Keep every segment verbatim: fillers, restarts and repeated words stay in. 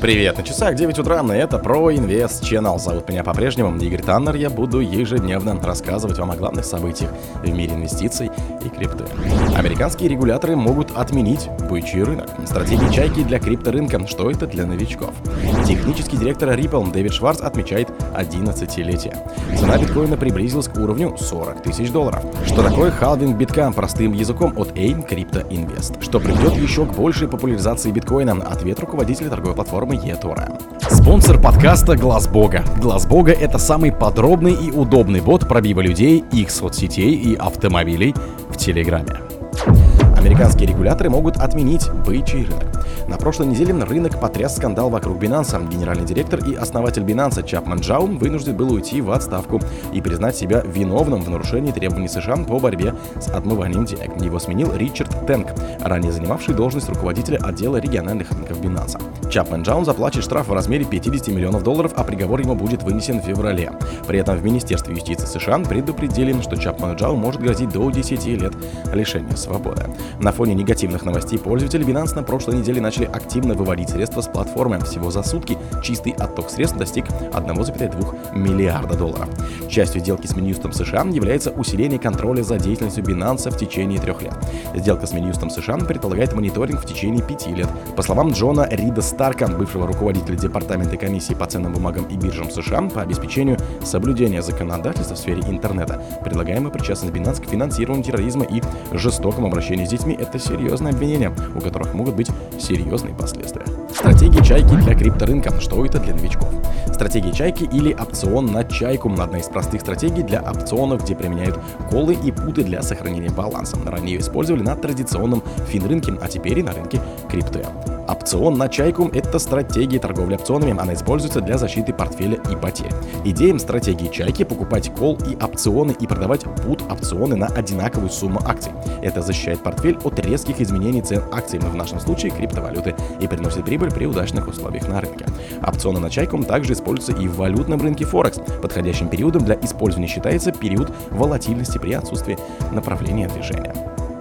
Привет, на часах девять утра, и это Pro Invest Channel. Зовут меня по-прежнему Игорь Таннер. Я буду ежедневно рассказывать вам о главных событиях в мире инвестиций и крипты. Американские регуляторы могут отменить бычий рынок. Стратегии чайки для крипторынка. Что это для новичков? Технический директор Ripple Дэвид Шварц отмечает одиннадцатилетие. Цена биткоина приблизилась к уровню сорок тысяч долларов. Что такое халвинг битка? Простым языком от AIM Crypto Invest. Что приведет еще к большей популяризации биткоина? Ответ руководителя торговой платформы eToro. Спонсор подкаста Глаз Бога. Глаз Бога — это самый подробный и удобный бот пробива людей, их соцсетей и автомобилей в Телеграме. Американские регуляторы могут отменить бычий рынок. На прошлой неделе рынок потряс скандал вокруг Binance. Генеральный директор и основатель Binance Чапман Джао вынужден был уйти в отставку и признать себя виновным в нарушении требований США по борьбе с отмыванием денег. Его сменил Ричард Тенк, ранее занимавший должность руководителя отдела региональных рынков Binance. Чапман Джао заплатит штраф в размере пятьдесят миллионов долларов, а приговор ему будет вынесен в феврале. При этом в Министерстве юстиции США предупредили, что Чапману Джао может грозить до десяти лет лишения свободы. На фоне негативных новостей пользователи Binance на прошлой неделе начали активно выводить средства с платформы. Всего за сутки чистый отток средств достиг одного целых двух десятых миллиарда долларов. Частью сделки с Минюстом США является усиление контроля за деятельностью Binance в течение трех лет. Сделка с Минюстом США предполагает мониторинг в течение пяти лет. По словам Джона Рида Старка, бывшего руководителя Департамента комиссии по ценным бумагам и биржам США по обеспечению соблюдения законодательства в сфере интернета, предлагаемая причастность Binance к финансированию терроризма и жестокому обращению с детьми — это серьезные обвинения, у которых могут быть серьезные последствия. Стратегия чайки для крипторынка. Что это для новичков? Стратегия чайки или опцион на чайку – одна из простых стратегий для опционов, где применяют колы и путы для сохранения баланса. Ранее использовали на традиционном финрынке, а теперь и на рынке крипты. Опцион на чайку – это стратегия торговли опционами. Она используется для защиты портфеля и потерь. Идея стратегии чайки – покупать кол и опционы и продавать пут-опционы на одинаковую сумму акций. Это защищает портфель от резких изменений цен акций, в нашем случае криптовалюты, и приносит прибыль при удачных условиях на рынке. Опционы на чайку также используются и в валютном рынке Форекс. Подходящим периодом для использования считается период волатильности при отсутствии направления движения.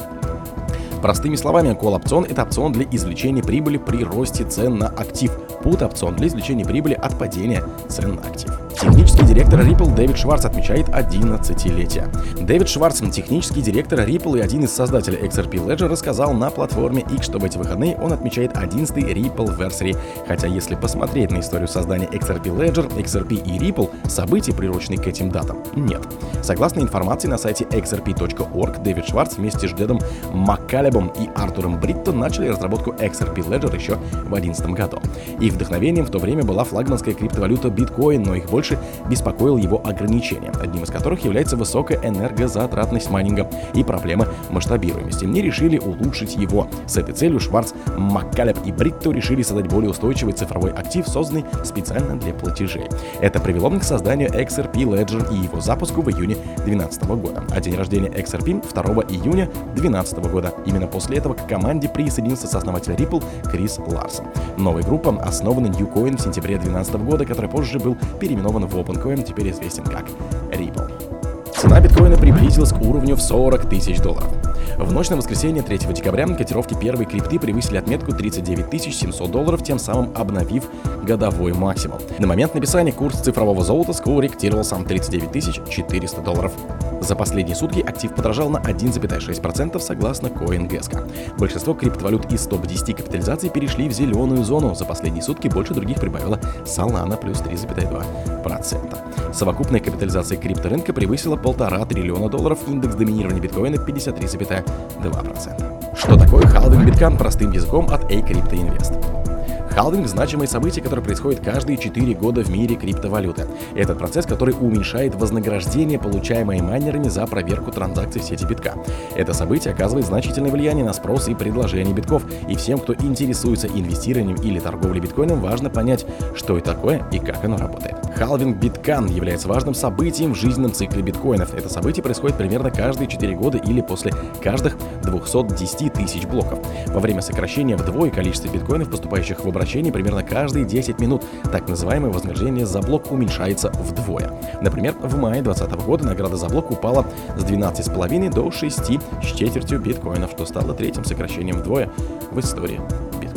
Простыми словами, колл-опцион – это опцион для извлечения прибыли при росте цен на актив. Пут-опцион для извлечения прибыли от падения цен на актив. Технический директор Ripple Дэвид Шварц отмечает одиннадцатилетие. Дэвид Шварц, технический директор Ripple и один из создателей икс ар пи Ledger, рассказал на платформе X, что в эти выходные он отмечает одиннадцатый Rippleversary. Хотя если посмотреть на историю создания икс ар пи Ledger, икс ар пи и Ripple, событий, приуроченных к этим датам, нет. Согласно информации на сайте икс ар пи точка орг, Дэвид Шварц вместе с Джедом Маккалебом и Артуром Бритто начали разработку икс ар пи Ledger еще в две тысячи одиннадцатом году. Их вдохновением в то время была флагманская криптовалюта биткоин, но их больше беспокоил его ограничения, одним из которых является высокая энергозатратность майнинга и проблемы масштабируемости. Они решили улучшить его. С этой целью Шварц, Маккалеб и Бритто решили создать более устойчивый цифровой актив, созданный специально для платежей. Это привело к созданию икс ар пи Ledger и его запуску в июне две тысячи двенадцатого года. А день рождения икс ар пи второго июня две тысячи двенадцатого года. Именно после этого к команде присоединился сооснователь Ripple Крис Ларсон. Новая группа основана Newcoin в сентябре две тысячи двенадцатого года, который позже был переименован в OpenCoin, теперь известен как Ripple. Цена биткоина приблизилась к уровню в сорок тысяч долларов. В ночь на воскресенье третьего декабря котировки первой крипты превысили отметку тридцать девять тысяч семьсот долларов, тем самым обновив годовой максимум. На момент написания курс цифрового золота скорректировался на тридцать девять тысяч четыреста долларов. За последние сутки актив подорожал на один целых шесть десятых процента согласно CoinGecko. Большинство криптовалют из топ десяти капитализаций перешли в зеленую зону. За последние сутки больше других прибавила Solana плюс три целых две десятых процента. Совокупная капитализация крипторынка превысила полтора триллиона долларов, индекс доминирования биткоина пятьдесят три целых два процента. Что такое халвинг битка? Простым языком от A Crypto Invest. Халвинг – значимое событие, которое происходит каждые четыре года в мире криптовалюты. Этот процесс, который уменьшает вознаграждение, получаемое майнерами за проверку транзакций в сети битка. Это событие оказывает значительное влияние на спрос и предложение битков, и всем, кто интересуется инвестированием или торговлей биткоином, важно понять, что это такое и как оно работает. Халвинг битка является важным событием в жизненном цикле биткоинов. Это событие происходит примерно каждые четыре года или после каждых двухсот десяти тысяч блоков. Во время сокращения вдвое количества биткоинов, поступающих в обращение, примерно каждые десять минут, так называемое вознаграждение за блок уменьшается вдвое. Например, в мае две тысячи двадцатого года награда за блок упала с двенадцати целых пяти десятых до шести с четвертью биткоинов, что стало третьим сокращением вдвое в истории биткоина.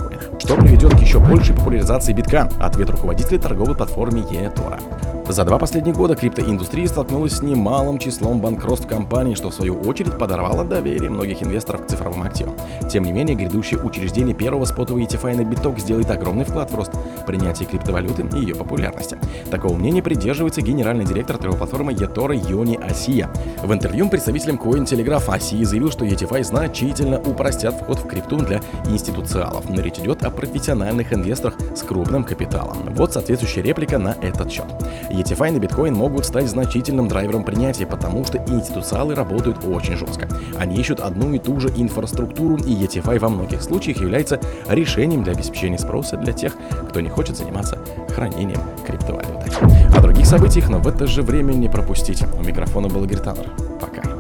что приведет к еще большей популяризации битка, ответ руководителя торговой платформы eToro. За два последних года криптоиндустрия столкнулась с немалым числом банкротств компаний, что в свою очередь подорвало доверие многих инвесторов к цифровым активам. Тем не менее, грядущее учреждение первого спотового и ти эф ай на биток сделает огромный вклад в рост принятия криптовалюты и ее популярности. Такого мнения придерживается генеральный директор торговой платформы eToro Йони Асия. В интервью представителям Cointelegraph Асия заявил, что и ти эф ай значительно упростят вход в крипту для институциалов, но речь идет о профессиональных инвесторах с крупным капиталом. Вот соответствующая реплика на этот счет. и ти эф ай на биткоин могут стать значительным драйвером принятия, потому что институциалы работают очень жестко. Они ищут одну и ту же инфраструктуру, и и ти эф ай во многих случаях является решением для обеспечения спроса для тех, кто не хочет заниматься хранением криптовалюты. О других событиях, но в это же время не пропустите. У микрофона был Игорь Таннер. Пока.